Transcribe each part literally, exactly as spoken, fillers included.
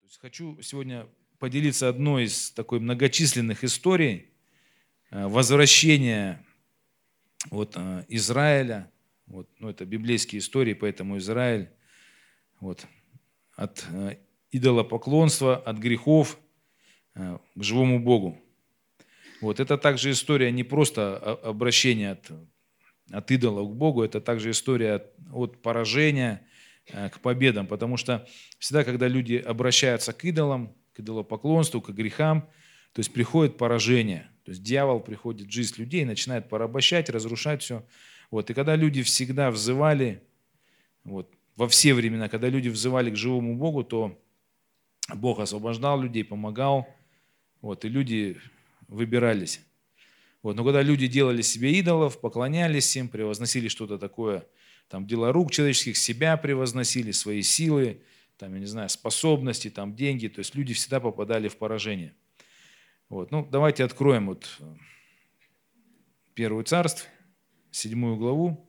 есть хочу сегодня поделиться одной из такой многочисленных историй э, возвращения вот, э, Израиля. Вот, ну, это библейские истории, поэтому Израиль вот, от э, идолопоклонства, от грехов э, к живому Богу. Вот, это также история не просто о- обращения от, от идолов к Богу, это также история от, от поражения э, к победам, потому что всегда, когда люди обращаются к идолам, к идолопоклонству, к грехам, то есть приходит поражение, то есть дьявол приходит в жизнь людей, начинает порабощать, разрушать все. Вот, и когда люди всегда взывали, вот, во все времена, когда люди взывали к живому Богу, то Бог освобождал людей, помогал, вот, и люди выбирались. Вот. Но когда люди делали себе идолов, поклонялись им, превозносили что-то такое, там, дела рук человеческих, себя превозносили, свои силы, там, я не знаю, способности, там, деньги, то есть люди всегда попадали в поражение. Вот. Ну, давайте откроем вот Первую Царств, седьмую главу,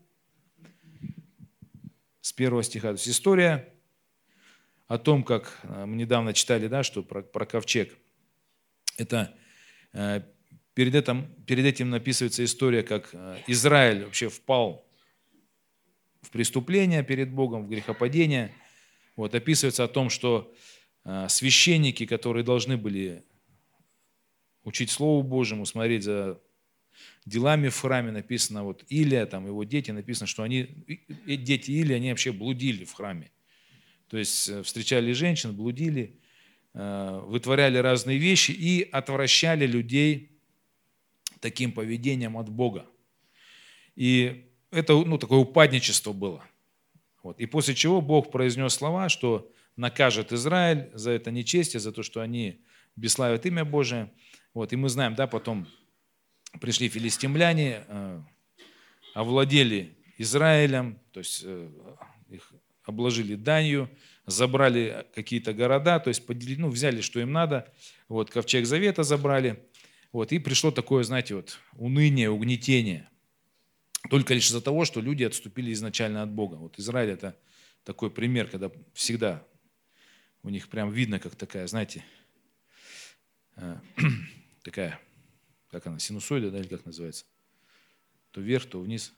с первого стиха. То есть история о том, как мы недавно читали, да, что про, про ковчег. Это э, перед, этим, перед этим написывается история, как э, Израиль вообще впал в преступление перед Богом, в грехопадение. Вот, описывается о том, что э, священники, которые должны были учить Слову Божьему, смотреть за делами в храме, написано, вот Илия, там его дети, написано, что они, и дети Илии, они вообще блудили в храме. То есть э, встречали женщин, блудили, э, вытворяли разные вещи и отвращали людей таким поведением от Бога. И это, ну, такое упадничество было. Вот. И после чего Бог произнес слова, что накажет Израиль за это нечестие, за то, что они бесславят имя Божие. Вот. И мы знаем, да, потом пришли филистимляне, э, овладели Израилем, то есть э, их обложили данью, забрали какие-то города, то есть поделили, ну, взяли, что им надо, вот, ковчег завета забрали, вот, и пришло такое, знаете, вот, уныние, угнетение, только лишь из-за того, что люди отступили изначально от Бога. Вот Израиль – это такой пример, когда всегда у них прям видно, как такая, знаете, э, такая, как она, синусоида, да, или как называется, то вверх, то вниз.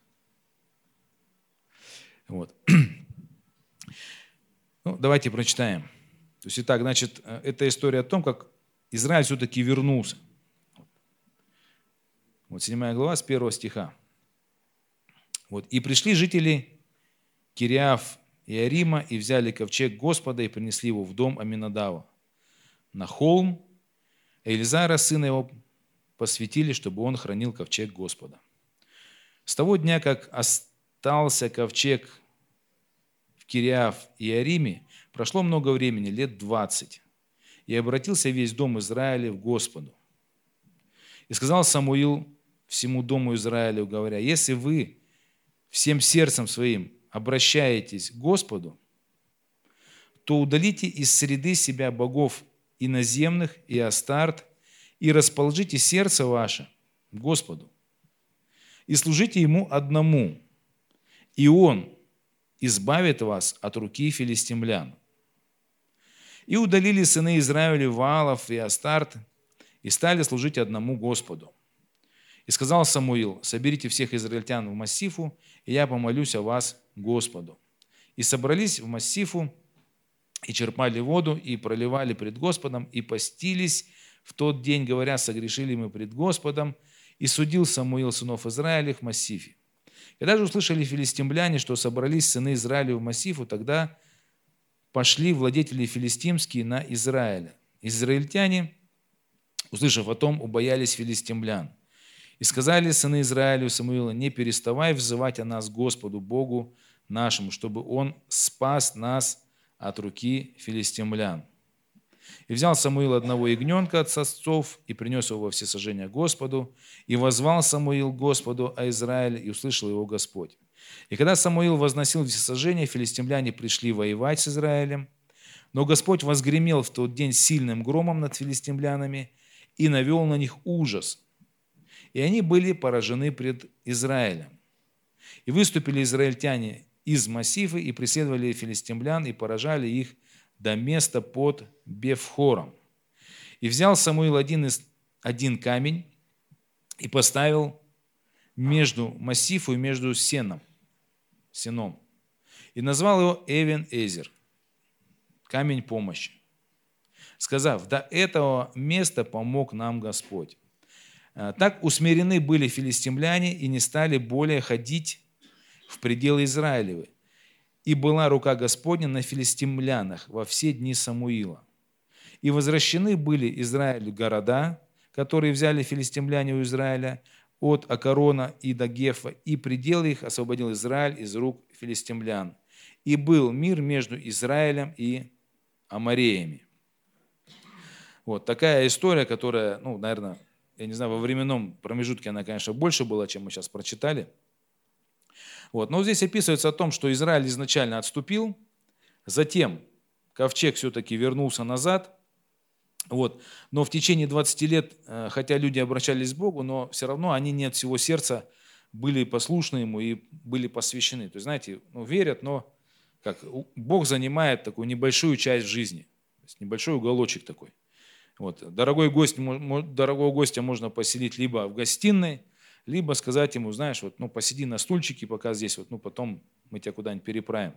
Вот. Ну, давайте прочитаем. То есть, итак, значит, это история о том, как Израиль все-таки вернулся. Вот седьмая глава с первого стиха. Вот. «И пришли жители Кириаф и Арима, и взяли ковчег Господа, и принесли его в дом Аминадава на холм. Элизара, сына его, посвятили, чтобы он хранил ковчег Господа. С того дня, как остался ковчег в Кириаф и Ариме, прошло много времени, лет двадцать, и обратился весь дом Израиля к Господу. И сказал Самуил всему дому Израилю, говоря: если вы всем сердцем своим обращаетесь к Господу, то удалите из среды себя богов иноземных и Астарт, и расположите сердце ваше к Господу, и служите Ему одному, и Он избавит вас от руки филистимлян. И удалили сыны Израиля Ваалов и Астарт, и стали служить одному Господу. И сказал Самуил: соберите всех израильтян в Массифу, и я помолюсь о вас Господу. И собрались в Массифу, и черпали воду, и проливали пред Господом, и постились в тот день, говоря: согрешили мы пред Господом. И судил Самуил сынов Израиля в Массифе. Когда же услышали филистимляне, что собрались сыны Израиля в Массифу, тогда пошли владетели филистимские на Израиля. Израильтяне, услышав о том, убоялись филистимлян. И сказали сыны Израилю Самуила: не переставай взывать о нас Господу Богу нашему, чтобы Он спас нас от руки филистимлян. И взял Самуил одного ягненка от сосцов и принес его во всесожжение Господу. И воззвал Самуил Господу о Израиле, и услышал его Господь. И когда Самуил возносил всесожжение, филистимляне пришли воевать с Израилем. Но Господь возгремел в тот день сильным громом над филистимлянами и навел на них ужас. И они были поражены пред Израилем. И выступили израильтяне из Массифы и преследовали филистимлян и поражали их до места под Бефхором. И взял Самуил один, из, один камень и поставил между массифу и между сеном, сеном. И назвал его Эвен-Эзер, камень помощи, сказав: до этого места помог нам Господь. Так усмирены были филистимляне и не стали более ходить в пределы Израилевы. И была рука Господня на филистимлянах во все дни Самуила. И возвращены были Израилю города, которые взяли филистимляне у Израиля, от Акарона и до Гефа, и пределы их освободил Израиль из рук филистимлян. И был мир между Израилем и Амореями. Вот такая история, которая, ну, наверное, я не знаю, во временном промежутке она, конечно, больше была, чем мы сейчас прочитали. Вот. Но здесь описывается о том, что Израиль изначально отступил, затем ковчег все-таки вернулся назад. Вот. Но в течение двадцати лет, хотя люди обращались к Богу, но все равно они не от всего сердца были послушны Ему и были посвящены. То есть, знаете, ну, верят, но как, Бог занимает такую небольшую часть жизни, то есть небольшой уголочек такой. Вот. Дорогой гость, дорогого гостя можно поселить либо в гостиной, либо сказать ему: знаешь, вот, ну, посиди на стульчике пока здесь, вот, ну, потом мы тебя куда-нибудь переправим.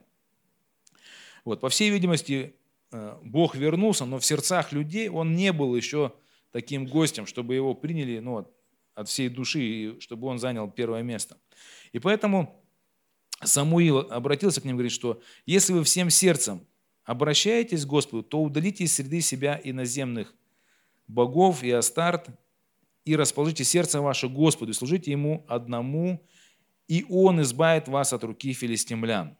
Вот. По всей видимости, Бог вернулся, но в сердцах людей Он не был еще таким гостем, чтобы его приняли, ну, от всей души, и чтобы он занял первое место. И поэтому Самуил обратился к ним и говорит, что если вы всем сердцем обращаетесь к Господу, то удалите из среды себя иноземных богов и Астарт, и расположите сердце ваше Господу, и служите Ему одному, и Он избавит вас от руки филистимлян.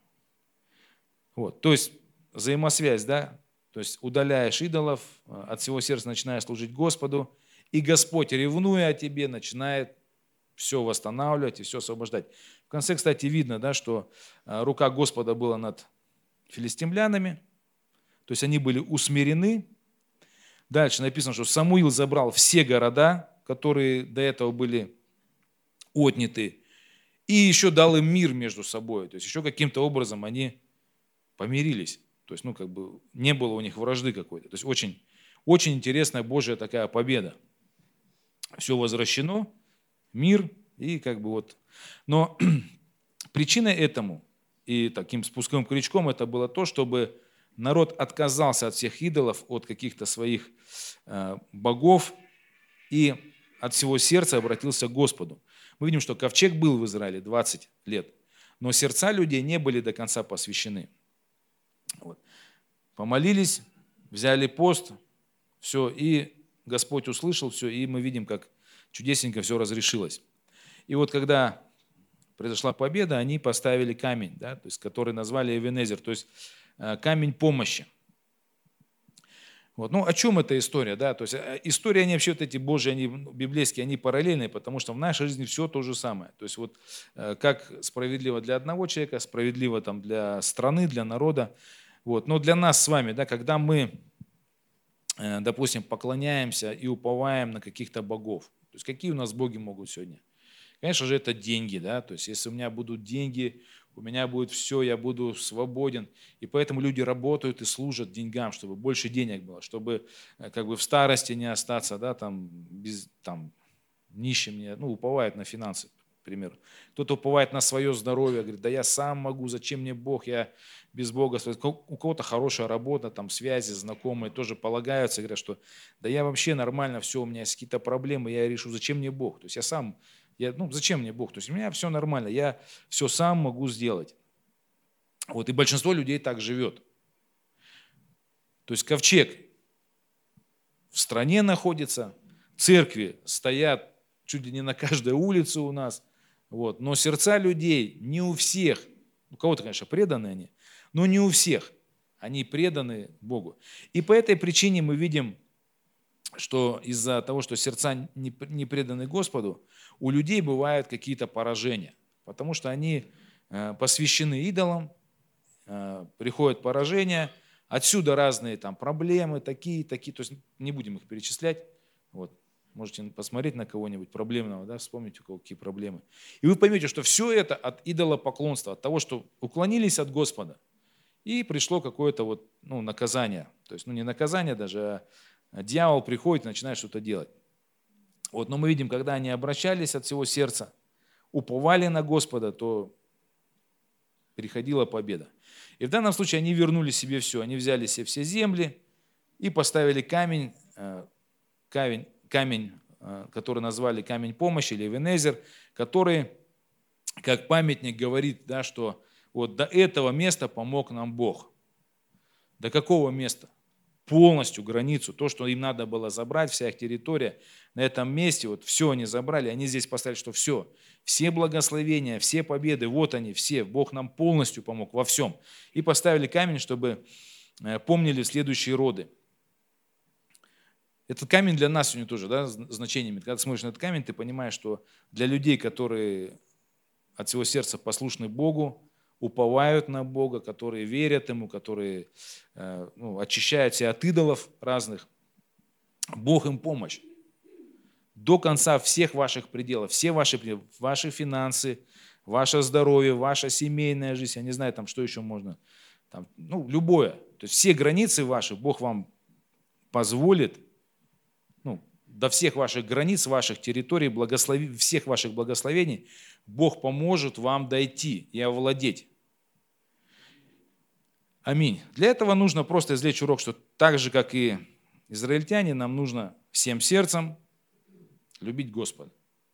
Вот, то есть взаимосвязь, да? То есть удаляешь идолов, от всего сердца начинаешь служить Господу, и Господь, ревнуя о тебе, начинает все восстанавливать и все освобождать. В конце, кстати, видно, да, что рука Господа была над филистимлянами, то есть они были усмирены. Дальше написано, что Самуил забрал все города, которые до этого были отняты, и еще дал им мир между собой. То есть еще каким-то образом они помирились. То есть, ну, как бы не было у них вражды какой-то. То есть очень, очень интересная Божья такая победа. Все возвращено, мир и как бы вот. Но причиной этому и таким спусковым крючком это было то, чтобы народ отказался от всех идолов, от каких-то своих э, богов и от всего сердца обратился к Господу. Мы видим, что ковчег был в Израиле двадцать лет, но сердца людей не были до конца посвящены. Вот. Помолились, взяли пост, все, и Господь услышал все, и мы видим, как чудесненько все разрешилось. И вот когда произошла победа, они поставили камень, да, то есть, который назвали Эвен-Эзер, то есть камень помощи. Вот. Ну, о чем эта история? Да? То есть истории, они вообще вот эти Божьи, они библейские, они параллельные, потому что в нашей жизни все то же самое. То есть вот как справедливо для одного человека, справедливо там для страны, для народа. Вот. Но для нас с вами, да, когда мы, допустим, поклоняемся и уповаем на каких-то богов, то есть какие у нас боги могут сегодня? Конечно же, это деньги, да, то есть если у меня будут деньги, у меня будет все, я буду свободен. И поэтому люди работают и служат деньгам, чтобы больше денег было, чтобы как бы в старости не остаться, да, там, без, там, нищим, не, ну, уповает на финансы, к примеру. Кто-то уповает на свое здоровье, говорит: да я сам могу, зачем мне Бог, я без Бога. У кого-то хорошая работа, там, связи, знакомые тоже полагаются, говорят, что да я вообще нормально, все, у меня есть какие-то проблемы, я решу, зачем мне Бог. То есть я сам... Я, ну, зачем мне Бог? То есть у меня все нормально, я все сам могу сделать. Вот, и большинство людей так живет. То есть ковчег в стране находится, церкви стоят чуть ли не на каждой улице у нас, вот, но сердца людей не у всех, у кого-то, конечно, преданы они, но не у всех, они преданы Богу. И по этой причине мы видим, что из-за того, что сердца не преданы Господу, у людей бывают какие-то поражения, потому что они посвящены идолам, приходят поражения, отсюда разные там проблемы, такие, такие, то есть не будем их перечислять, вот, можете посмотреть на кого-нибудь проблемного, да, вспомнить, у кого какие проблемы. И вы поймете, что все это от идолопоклонства, от того, что уклонились от Господа, И пришло какое-то вот, ну, наказание. То есть, ну, не наказание даже, а дьявол приходит и начинает что-то делать. Вот, но мы видим, когда они обращались от всего сердца, уповали на Господа, то приходила победа. И в данном случае они вернули себе все. Они взяли себе все земли и поставили камень, э, камень, камень э, который назвали камень помощи или Эвенезер, который, как памятник, говорит, да, что вот до этого места помог нам Бог. До какого места? Полностью границу, то, что им надо было забрать, вся их территория, на этом месте, вот все они забрали, они здесь поставили, что все, все благословения, все победы, вот они все, Бог нам полностью помог во всем. И поставили камень, чтобы э, помнили следующие роды. Этот камень для нас сегодня тоже, да, значение имеет. Когда ты смотришь на этот камень, ты понимаешь, что для людей, которые от всего сердца послушны Богу, уповают на Бога, которые верят Ему, которые э, ну, очищают себя от идолов разных, Бог им помощь. До конца всех ваших пределов, все ваши пределы, ваши финансы, ваше здоровье, ваша семейная жизнь, я не знаю, там что еще можно, там, ну, любое. То есть все границы ваши Бог вам позволит, ну, до всех ваших границ, ваших территорий, благослови, всех ваших благословений Бог поможет вам дойти и овладеть. Аминь. Для этого нужно просто извлечь урок, что так же, как и израильтяне, нам нужно всем сердцем любить Господа.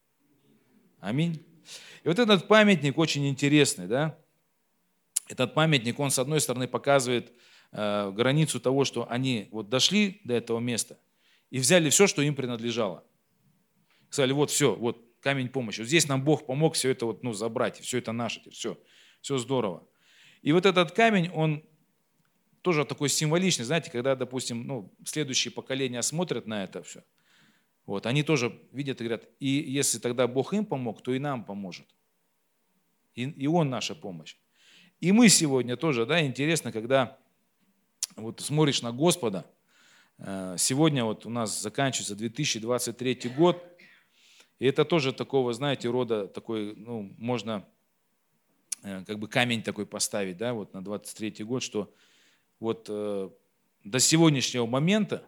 Аминь. И вот этот памятник очень интересный, да? Этот памятник, он с одной стороны показывает э, границу того, что они вот дошли до этого места и взяли все, что им принадлежало. Сказали, вот все, вот камень помощи. Вот здесь нам Бог помог все это вот, ну, забрать, все это наше, все, все здорово. И вот этот камень, он тоже такой символичный, знаете, когда, допустим, ну, следующие поколения смотрят на это все, вот, они тоже видят и говорят, и если тогда Бог им помог, то и нам поможет. И, и Он наша помощь. И мы сегодня тоже, да, интересно, когда вот смотришь на Господа, сегодня вот у нас заканчивается две тысячи двадцать третий год, и это тоже такого, знаете, рода такой, ну, можно как бы камень такой поставить, да, вот на двадцать третий год, что вот э, до сегодняшнего момента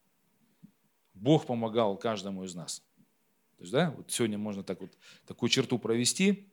Бог помогал каждому из нас. То есть, да, вот сегодня можно так вот такую черту провести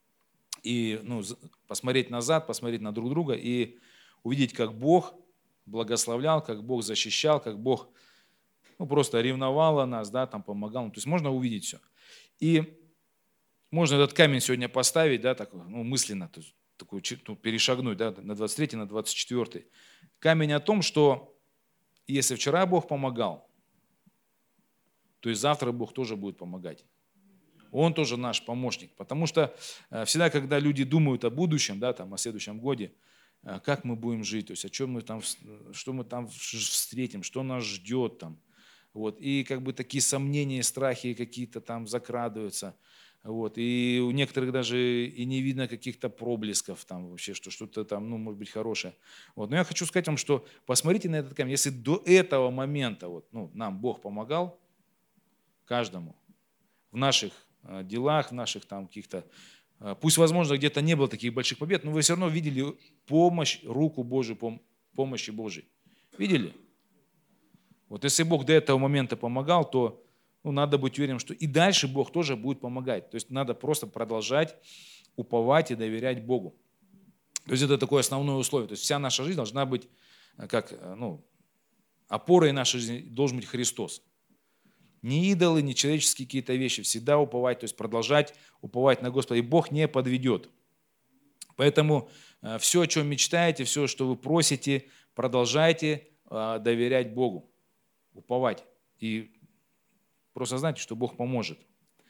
и, ну, посмотреть назад, посмотреть на друг друга и увидеть, как Бог благословлял, как Бог защищал, как Бог, ну, просто ревновал о нас, да, там помогал. Ну, то есть можно увидеть все. И можно этот камень сегодня поставить, да, так, ну, мысленно, то есть, такую черту перешагнуть, да, на двадцать третий, на двадцать четвёртый. Камень о том, что если вчера Бог помогал, то и завтра Бог тоже будет помогать. Он тоже наш помощник. Потому что всегда, когда люди думают о будущем, да, там, о следующем годе, как мы будем жить, то есть о чем мы там, что мы там встретим, что нас ждет там. Вот. И как бы такие сомнения, страхи какие-то там закрадываются. Вот. И у некоторых даже и не видно каких-то проблесков там вообще, что что-то там, ну, может быть, хорошее. Вот. Но я хочу сказать вам, что посмотрите на этот камень. Если до этого момента вот, ну, нам Бог помогал, каждому, в наших делах, в наших там каких-то, пусть, возможно, где-то не было таких больших побед, но вы все равно видели помощь, руку Божию, помощи Божией. Видели? Вот если Бог до этого момента помогал, то, ну, надо быть уверенным, что и дальше Бог тоже будет помогать. То есть надо просто продолжать уповать и доверять Богу. То есть это такое основное условие. То есть вся наша жизнь должна быть, как, ну, опорой нашей жизни должен быть Христос. Не идолы, не человеческие какие-то вещи. Всегда уповать, то есть продолжать уповать на Господа. И Бог не подведет. Поэтому все, о чем мечтаете, все, что вы просите, продолжайте доверять Богу, уповать. И просто знайте, что Бог поможет.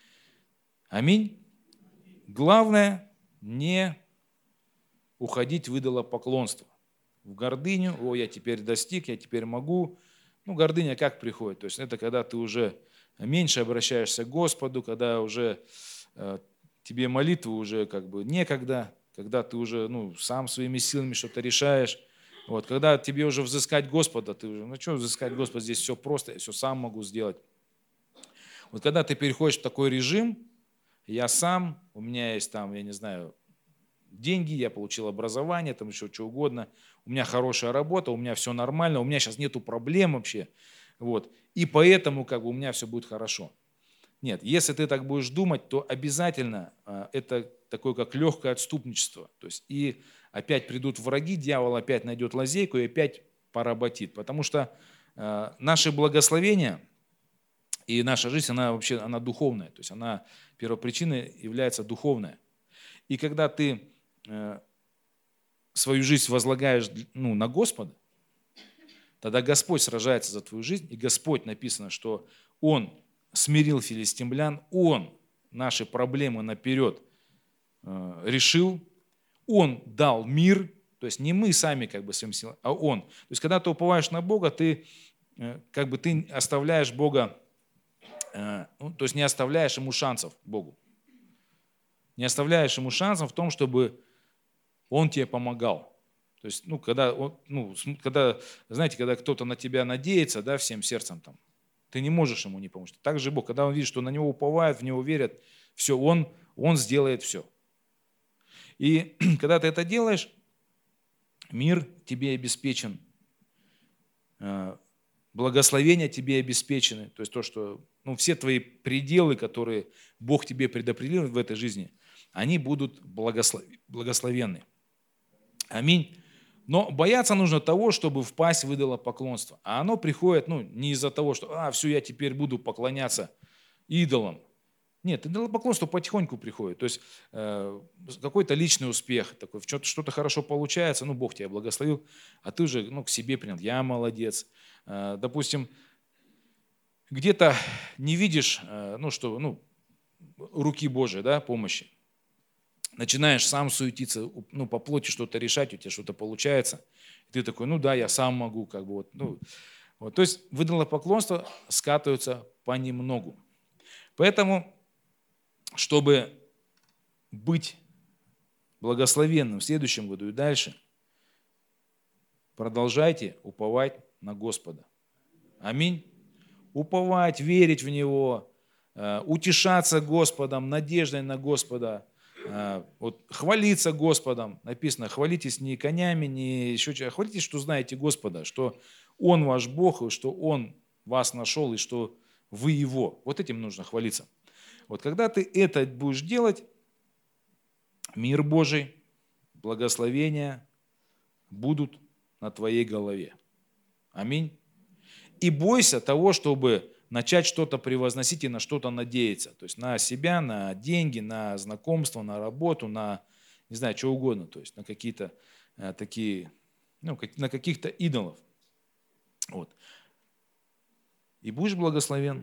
Аминь. Главное, не уходить в идолопоклонство, в гордыню. О, я теперь достиг, я теперь могу. Ну, гордыня как приходит? То есть это когда ты уже меньше обращаешься к Господу, когда уже э, тебе молитвы уже как бы некогда, когда ты уже, ну, сам своими силами что-то решаешь. Вот, когда тебе уже взыскать Господа, ты уже, ну что взыскать Господа, здесь все просто, я все сам могу сделать. Вот когда ты переходишь в такой режим, я сам, у меня есть там, я не знаю, деньги, я получил образование, там еще что угодно, у меня хорошая работа, у меня все нормально, у меня сейчас нету проблем вообще, вот, и поэтому как бы у меня все будет хорошо. Нет, если ты так будешь думать, то обязательно а, это такое, как легкое отступничество. То есть и опять придут враги, дьявол опять найдет лазейку и опять поработит. Потому что а, наши благословения и наша жизнь, она вообще она духовная. То есть она первопричиной является духовная. И когда ты э, свою жизнь возлагаешь ну, на Господа, тогда Господь сражается за твою жизнь, и Господь, написано, что Он смирил филистимлян, Он наши проблемы наперед э, решил, Он дал мир, то есть не мы сами как бы своим силам, а Он. То есть когда ты уповаешь на Бога, ты э, как бы ты оставляешь Бога, э, ну, то есть не оставляешь Ему шансов Богу. Не оставляешь Ему шансов в том, чтобы Он тебе помогал. То есть, ну, когда, он, ну, когда, знаете, когда кто-то на тебя надеется, да, всем сердцем там, ты не можешь ему не помочь. Так же Бог, когда Он видит, что на Него уповают, в Него верят, все, Он, он сделает все. И когда ты это делаешь, мир тебе обеспечен, благословения тебе обеспечены. То есть то, что ну, все твои пределы, которые Бог тебе предопределил в этой жизни, они будут благослов... благословенны. Аминь. Но бояться нужно того, чтобы впасть в идолопоклонство. А оно приходит ну, не из-за того, что а, все, я теперь буду поклоняться идолам. Нет, идолопоклонство потихоньку приходит. То есть э, какой-то личный успех, такой, что-то, что-то хорошо получается, ну, Бог тебя благословил, а ты уже ну, к себе принял, я молодец. Э, допустим, где-то не видишь, э, ну, что, ну, руки Божией, да, помощи. Начинаешь сам суетиться, ну, по плоти что-то решать, у тебя что-то получается. И ты такой, ну да, я сам могу, как бы вот. Ну, вот. То есть в идолопоклонство скатываются понемногу. Поэтому, чтобы быть благословенным в следующем году и дальше, продолжайте уповать на Господа. Аминь. Уповать, верить в Него, утешаться Господом, надеждой на Господа, вот, хвалиться Господом. Написано, хвалитесь не конями, не еще чего, хвалитесь, что знаете Господа, что Он ваш Бог, и что Он вас нашел, и что вы Его. Вот этим нужно хвалиться. Вот когда ты это будешь делать, мир Божий, благословения будут на твоей голове. Аминь. И бойся того, чтобы начать что-то превозносить и на что-то надеяться. То есть на себя, на деньги, на знакомство, на работу, на, не знаю, что угодно. То есть на какие-то э, такие, ну, на каких-то идолов. Вот. И будешь благословен.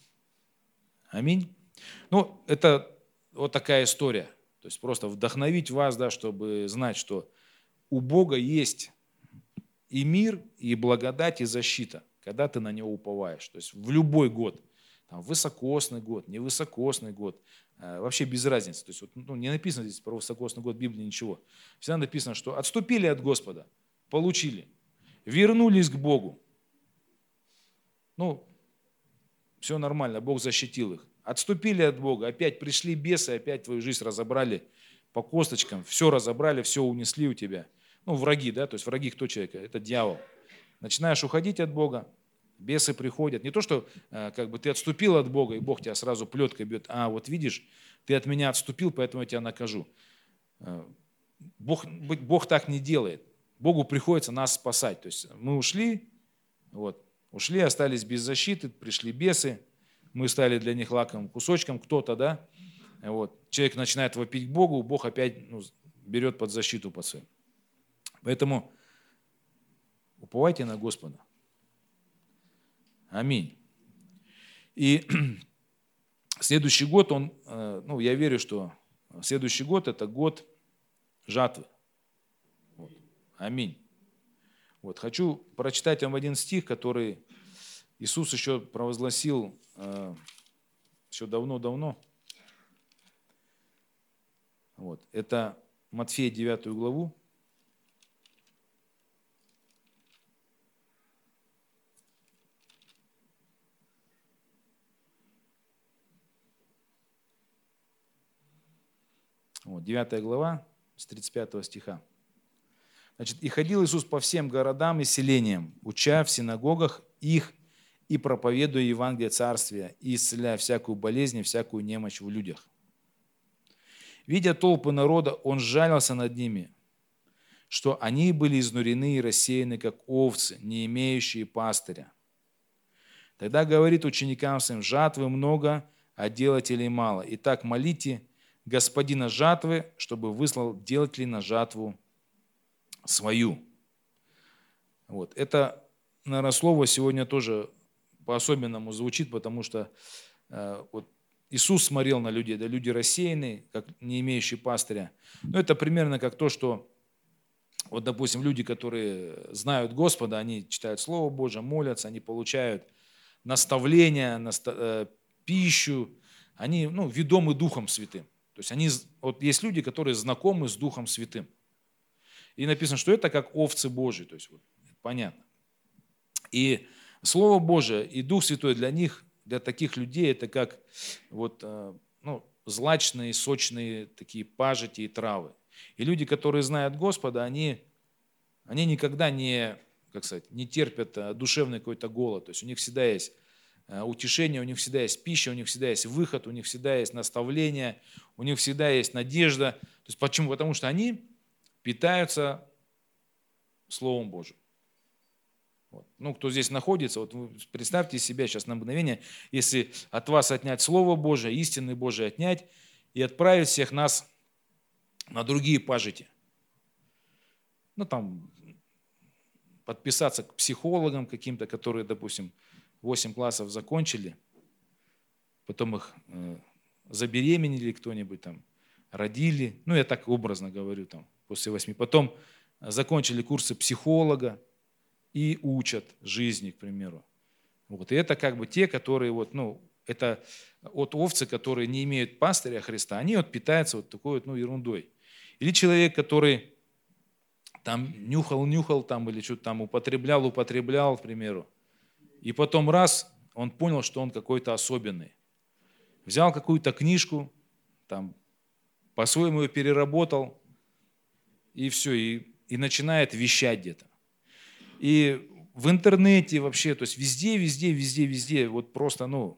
Аминь. Ну, это вот такая история. То есть просто вдохновить вас, да, чтобы знать, что у Бога есть и мир, и благодать, и защита, когда ты на Него уповаешь. То есть в любой год, там, высокосный год, невысокосный год, э, вообще без разницы. То есть вот, ну, не написано здесь про высокосный год в Библии ничего. Всегда написано, что отступили от Господа, получили, вернулись к Богу. Ну, все нормально, Бог защитил их. Отступили от Бога, опять пришли бесы, опять твою жизнь разобрали по косточкам, все разобрали, все унесли у тебя. Ну, враги, да, то есть враги кто человека? Это дьявол. Начинаешь уходить от Бога, бесы приходят. Не то, что э, как бы ты отступил от Бога, и Бог тебя сразу плеткой бьет. А, вот видишь, ты от меня отступил, поэтому я тебя накажу. Э, Бог, Бог так не делает. Богу приходится нас спасать. То есть мы ушли, вот, ушли, остались без защиты, пришли бесы, мы стали для них лакомым кусочком, кто-то, да, вот, человек начинает вопить к Богу, Бог опять ну, берет под защиту под свою. Поэтому уповайте на Господа. Аминь. И следующий год, он, ну, я верю, что следующий год – это год жатвы. Вот. Аминь. Вот. Хочу прочитать вам один стих, который Иисус еще провозгласил еще давно-давно. Вот. Это Матфея девятую главу. Вот, девятая глава, с тридцать пятого стиха. Значит, «И ходил Иисус по всем городам и селениям, уча в синагогах их и проповедуя Евангелие Царствия, и исцеляя всякую болезнь и всякую немощь в людях. Видя толпы народа, Он сжалился над ними, что они были изнурены и рассеяны, как овцы, не имеющие пастыря. Тогда говорит ученикам своим: жатвы много, а делателей мало. Итак, молите Господина жатвы, чтобы выслал делателей на жатву свою». Вот. Это, наверное, слово сегодня тоже по-особенному звучит, потому что э, вот Иисус смотрел на людей, да, люди рассеянные, как не имеющие пастыря. Но это примерно как то, что, вот, допустим, люди, которые знают Господа, они читают Слово Божие, молятся, они получают наставления, наста- э, пищу, они, ну, ведомы Духом Святым. То есть они, вот есть люди, которые знакомы с Духом Святым. И написано, что это как овцы Божьи, то есть вот, понятно. И Слово Божие и Дух Святой для них, для таких людей, это как вот, ну, злачные, сочные такие пажити и травы. И люди, которые знают Господа, они, они никогда не, как сказать, не терпят душевный какой-то голод. То есть у них всегда есть утешение, у них всегда есть пища, у них всегда есть выход, у них всегда есть наставление, у них всегда есть надежда. То есть почему? Потому что они питаются Словом Божьим. Вот. Ну, кто здесь находится, вот вы представьте себя сейчас на мгновение, если от вас отнять Слово Божие, истины Божие отнять и отправить всех нас на другие пажити. Ну, там, подписаться к психологам каким-то, которые, допустим, восемь классов закончили, потом их э, забеременели кто-нибудь там, родили, ну, я так образно говорю, там, после восьми. Потом закончили курсы психолога и учат жизни, к примеру. Вот. И это как бы те, которые, вот, ну, это от овцы, которые не имеют пастыря Христа, они вот питаются вот такой вот, ну, ерундой. Или человек, который там нюхал-нюхал там, или что-то там употреблял, употреблял, к примеру, и потом раз, он понял, что он какой-то особенный. Взял какую-то книжку, там, по-своему ее переработал, и все, и, и начинает вещать где-то. И в интернете вообще, то есть везде, везде, везде, везде, вот просто, ну,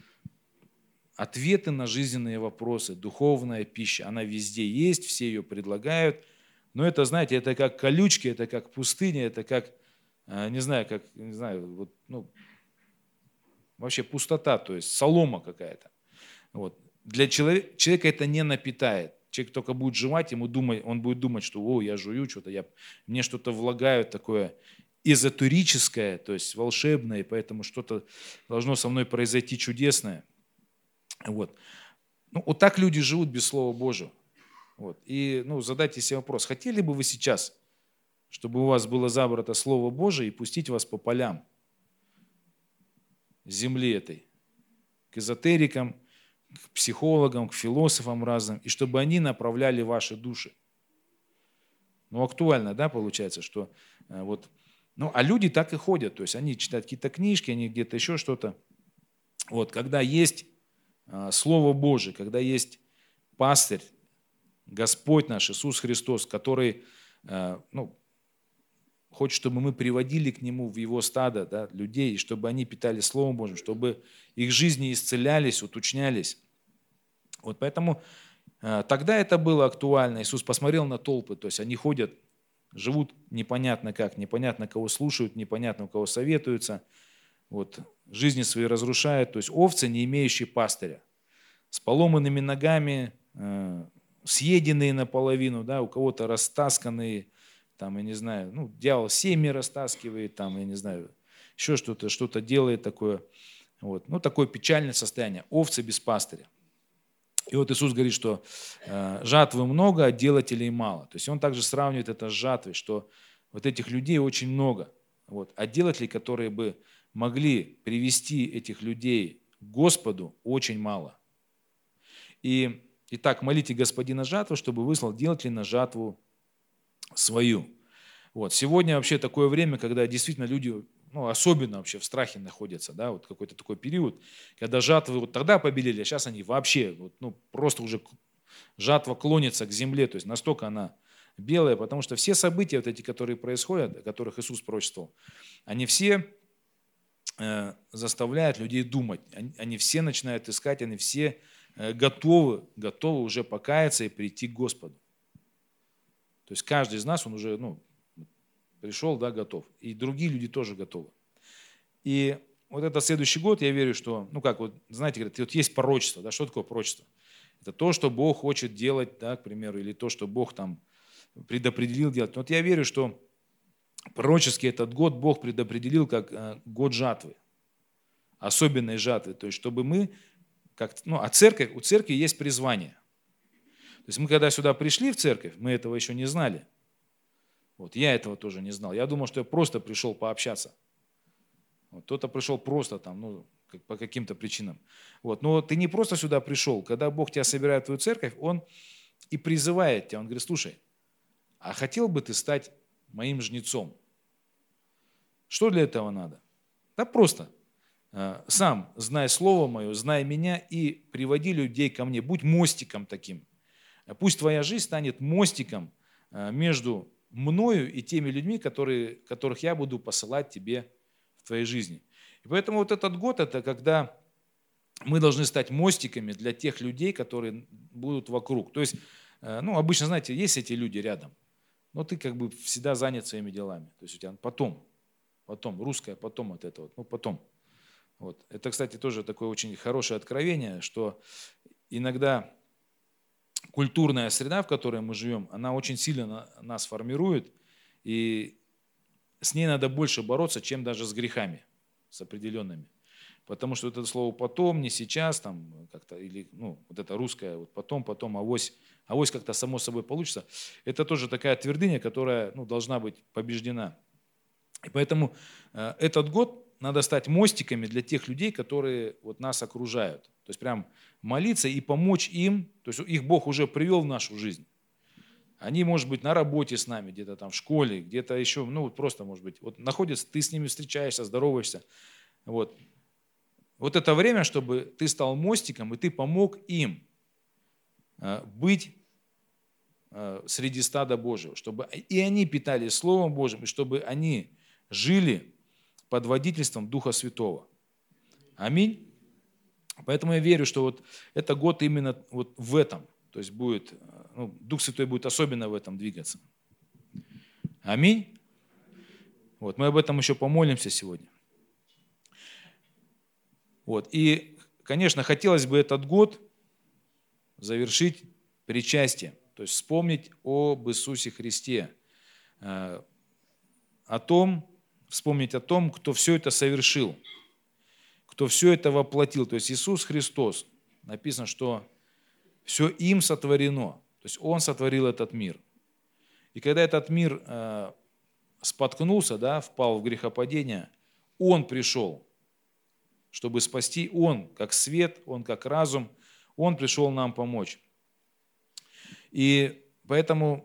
ответы на жизненные вопросы, духовная пища, она везде есть, все ее предлагают. Но это, знаете, это как колючки, это как пустыня, это как, не знаю, как, не знаю, вот, ну, вообще пустота, то есть солома какая-то. Вот. Для человека, человека это не напитает. Человек только будет жевать, ему думать, он будет думать, что о, я жую что-то, я, мне что-то влагают такое эзотерическое, то есть волшебное, и поэтому что-то должно со мной произойти чудесное. Вот. Ну, вот так люди живут без Слова Божьего. Вот. И ну, задайте себе вопрос, хотели бы вы сейчас, чтобы у вас было забрато Слово Божие и пустить вас по полям земли этой, к эзотерикам, к психологам, к философам разным, и чтобы они направляли ваши души. Ну, актуально, да, получается, что э, вот, ну, а люди так и ходят, то есть они читают какие-то книжки, они где-то еще что-то. Вот, когда есть э, Слово Божие, когда есть пастырь, Господь наш Иисус Христос, который, э, ну, хочет, чтобы мы приводили к Нему в Его стадо, да, людей, чтобы они питали Словом Божьим, чтобы их жизни исцелялись, уточнялись. Вот поэтому э, тогда это было актуально. Иисус посмотрел на толпы, то есть они ходят, живут непонятно как, непонятно кого слушают, непонятно у кого советуются, вот, жизни свои разрушают, то есть овцы, не имеющие пастыря, с поломанными ногами, э, съеденные наполовину, да, у кого-то растасканные, там, я не знаю, ну, дьявол семьи растаскивает, там, я не знаю, еще что-то, что-то делает такое, вот, ну, такое печальное состояние, овцы без пастыря. И вот Иисус говорит, что э, жатвы много, а делателей мало. То есть Он также сравнивает это с жатвой, что вот этих людей очень много, вот, а делателей, которые бы могли привести этих людей к Господу, очень мало. И итак, молите Господина жатвы, чтобы выслал делателей на жатву свою. Вот. Сегодня вообще такое время, когда действительно люди, ну, особенно вообще в страхе находятся, да, вот какой-то такой период, когда жатвы вот тогда побелели, а сейчас они вообще вот, ну, просто уже жатва клонится к земле, то есть настолько она белая, потому что все события, вот эти, которые происходят, о которых Иисус пророчествовал, они все э, заставляют людей думать, они, они все начинают искать, они все э, готовы, готовы уже покаяться и прийти к Господу. То есть каждый из нас, он уже ну, пришел, да, готов. И другие люди тоже готовы. И вот это следующий год, я верю, что, ну как, вот, знаете, говорят, вот есть пророчество, да, что такое пророчество? Это то, что Бог хочет делать, да, к примеру, или то, что Бог там предопределил делать. Вот я верю, что пророчески этот год Бог предопределил как э, год жатвы, особенной жатвы, то есть чтобы мы, как, ну, а церковь, у церкви есть призвание. То есть мы когда сюда пришли в церковь, мы этого еще не знали. Вот я этого тоже не знал. Я думал, что я просто пришел пообщаться. Вот, кто-то пришел просто там, ну, как, по каким-то причинам. Вот, но ты не просто сюда пришел. Когда Бог тебя собирает в твою церковь, Он и призывает тебя. Он говорит, слушай, а хотел бы ты стать моим жнецом? Что для этого надо? Да просто. э, Сам знай слово мое, знай меня и приводи людей ко мне. Будь мостиком таким. Пусть твоя жизнь станет мостиком э, между мною и теми людьми, которые, которых я буду посылать тебе в твоей жизни. И поэтому вот этот год – это когда мы должны стать мостиками для тех людей, которые будут вокруг. То есть, э, ну, обычно, знаете, есть эти люди рядом, но ты как бы всегда занят своими делами. То есть у тебя потом, потом, русское потом от этого, ну, потом. Вот. Это, кстати, тоже такое очень хорошее откровение, что иногда культурная среда, в которой мы живем, она очень сильно нас формирует, и с ней надо больше бороться, чем даже с грехами, с определенными. Потому что вот это слово «потом», «не сейчас», там как-то, или ну, вот это русское вот «потом», «потом», «авось», «авось» как-то само собой получится, это тоже такая твердыня, которая ну, должна быть побеждена. И поэтому э, этот год надо стать мостиками для тех людей, которые вот нас окружают. То есть прям молиться и помочь им, то есть их Бог уже привел в нашу жизнь. Они, может быть, на работе с нами, где-то там в школе, где-то еще, ну просто, может быть, вот находятся, ты с ними встречаешься, здороваешься. Вот. Вот это время, чтобы ты стал мостиком, и ты помог им э, быть э, среди стада Божьего, чтобы и они питались Словом Божьим, и чтобы они жили под водительством Духа Святого. Аминь. Поэтому я верю, что вот это год именно вот в этом, то есть будет, ну, Дух Святой будет особенно в этом двигаться. Аминь. Вот, мы об этом еще помолимся сегодня. Вот, и, конечно, хотелось бы этот год завершить причастием, то есть вспомнить об Иисусе Христе, о том, вспомнить о том, кто все это совершил, кто все это воплотил. То есть Иисус Христос, написано, что все им сотворено. То есть Он сотворил этот мир. И когда этот мир э, споткнулся, да, впал в грехопадение, Он пришел, чтобы спасти. Он как свет, Он как разум, Он пришел нам помочь. И поэтому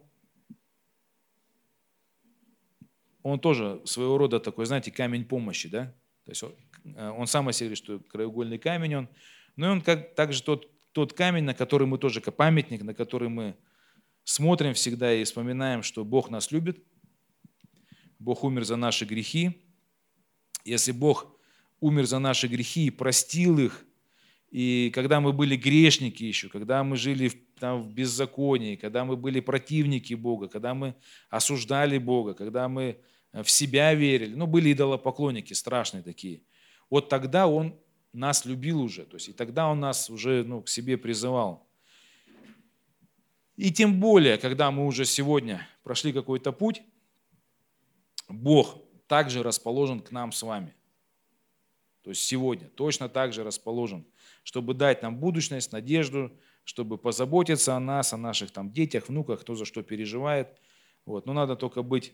Он тоже своего рода такой, знаете, камень помощи, да? То есть Он, он сам о себе говорит, что краеугольный камень Он, но и Он как, также тот, тот камень, на который мы тоже, как памятник, на который мы смотрим всегда и вспоминаем, что Бог нас любит, Бог умер за наши грехи. Если Бог умер за наши грехи и простил их, и когда мы были грешники еще, когда мы жили в, там, в беззаконии, когда мы были противники Бога, когда мы осуждали Бога, когда мы в себя верили, ну, были идолопоклонники страшные такие, вот тогда Он нас любил уже, то есть и тогда Он нас уже ну, к себе призывал. И тем более, когда мы уже сегодня прошли какой-то путь, Бог также расположен к нам с вами. То есть сегодня точно так же расположен, чтобы дать нам будущность, надежду, чтобы позаботиться о нас, о наших там детях, внуках, кто за что переживает. Вот. Но надо только быть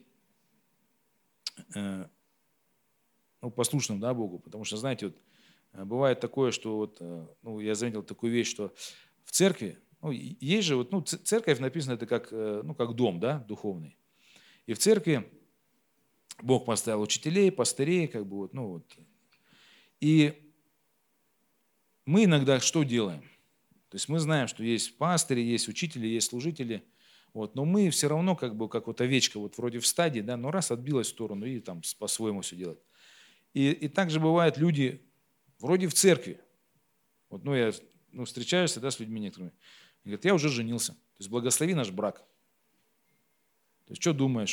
э, ну, послушным, да, Богу, потому что, знаете, вот, бывает такое, что вот, э, ну, я заметил такую вещь, что в церкви, ну, есть же, вот, ну, церковь написано, это как, э, ну, как дом, да, духовный. И в церкви Бог поставил учителей, пастырей, как бы вот, ну вот. И мы иногда что делаем? То есть мы знаем, что есть пастыри, есть учители, есть служители, вот, но мы все равно, как бы, как вот овечка, вот вроде в стадии, да, но раз отбилась в сторону и там по-своему все делать. И, и также бывают люди вроде в церкви. Вот, ну, я ну, встречаюсь да, с людьми некоторыми. Они говорят, я уже женился. То есть благослови наш брак. То есть что думаешь?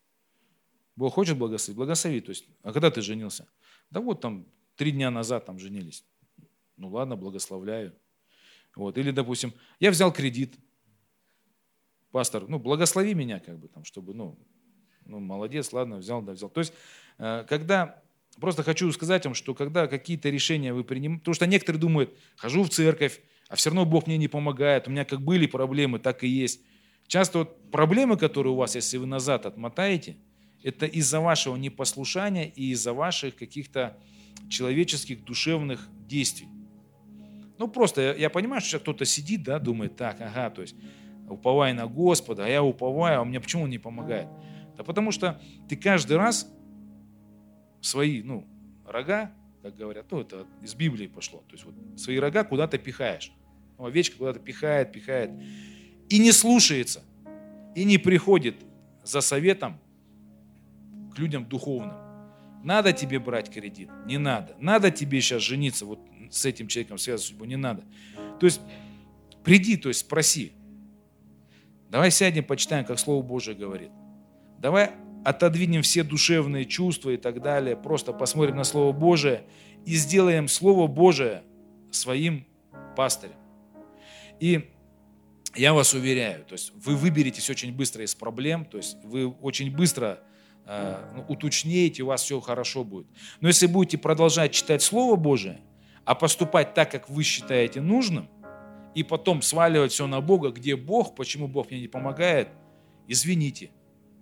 Бог хочет благословить? Благослови. То есть, а когда ты женился? Да вот там три дня назад там женились. Ну ладно, благословляю. Вот. Или, допустим, я взял кредит. Пастор, ну, благослови меня, как бы там, чтобы, ну, ну, молодец, ладно, взял, да, взял. То есть, э, когда, просто хочу сказать вам, что когда какие-то решения вы принимаете, потому что некоторые думают, хожу в церковь, а все равно Бог мне не помогает, у меня как были проблемы, так и есть. Часто вот проблемы, которые у вас, если вы назад отмотаете, это из-за вашего непослушания и из-за ваших каких-то человеческих душевных действий. Ну, просто я, я понимаю, что сейчас кто-то сидит, да, думает, так, ага, то есть уповай на Господа, а я уповаю, а мне почему он не помогает? Да потому что ты каждый раз свои, ну, рога, как говорят, ну, это из Библии пошло, то есть вот свои рога куда-то пихаешь. Ну, овечка куда-то пихает, пихает, и не слушается, и не приходит за советом к людям духовным. Надо тебе брать кредит? Не надо. Надо тебе сейчас жениться, вот с этим человеком связывать судьбу? Не надо. То есть приди, то есть спроси. Давай сядем, почитаем, как Слово Божие говорит. Давай отодвинем все душевные чувства и так далее, просто посмотрим на Слово Божие и сделаем Слово Божие своим пастырем. И я вас уверяю, то есть вы выберетесь очень быстро из проблем, то есть вы очень быстро э, ну, уточнеете, у вас все хорошо будет. Но если будете продолжать читать Слово Божие, а поступать так, как вы считаете нужным, и потом сваливать все на Бога, где Бог, почему Бог мне не помогает, извините.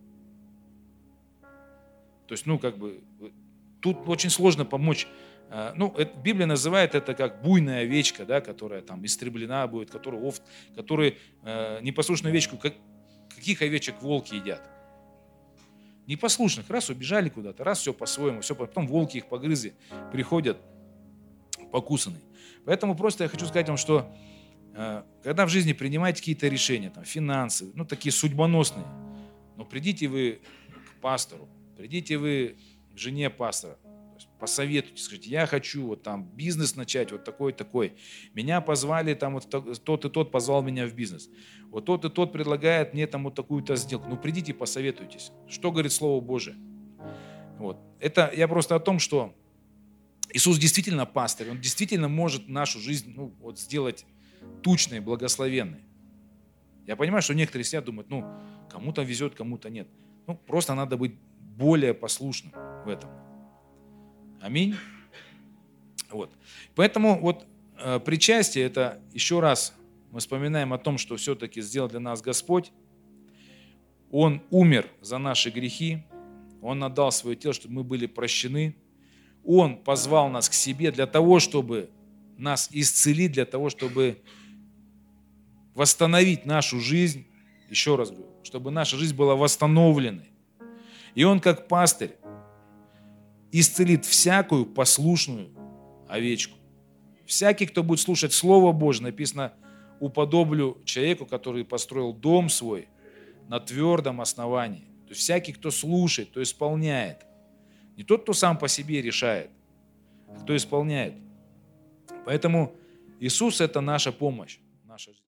То есть, ну, как бы, тут очень сложно помочь. Ну, это, Библия называет это как буйная овечка, да, которая там истреблена будет, которая, офт, которые э, непослушную овечку, как, каких овечек волки едят? Непослушных. Раз убежали куда-то, раз все по-своему, все, потом волки их погрызли, приходят покусанные. Поэтому просто я хочу сказать вам, что э, когда в жизни принимаете какие-то решения, там, финансы, ну, такие судьбоносные, но придите вы к пастору, придите вы к жене пастора, посоветуйте, скажите, я хочу вот там бизнес начать, вот такой-такой. Меня позвали, там вот тот и тот позвал меня в бизнес. Вот тот и тот предлагает мне там вот такую-то сделку. Ну, придите, посоветуйтесь. Что говорит Слово Божие? Вот. Это я просто о том, что Иисус действительно пастырь, Он действительно может нашу жизнь ну, вот сделать тучной, благословенной. Я понимаю, что некоторые сидят, думают, ну, кому-то везет, кому-то нет. Ну, просто надо быть более послушным в этом. Аминь. Вот. Поэтому вот э, причастие, это еще раз мы вспоминаем о том, что все-таки сделал для нас Господь. Он умер за наши грехи, Он отдал свое тело, чтобы мы были прощены. Он позвал нас к себе для того, чтобы нас исцелить, для того, чтобы восстановить нашу жизнь. Еще раз говорю, чтобы наша жизнь была восстановленной. И Он как пастырь исцелит всякую послушную овечку. Всякий, кто будет слушать Слово Божие, написано, уподоблю человеку, который построил дом свой на твердом основании. То есть всякий, кто слушает, кто исполняет. Не тот, кто сам по себе решает, а кто исполняет. Поэтому Иисус – это наша помощь. Наша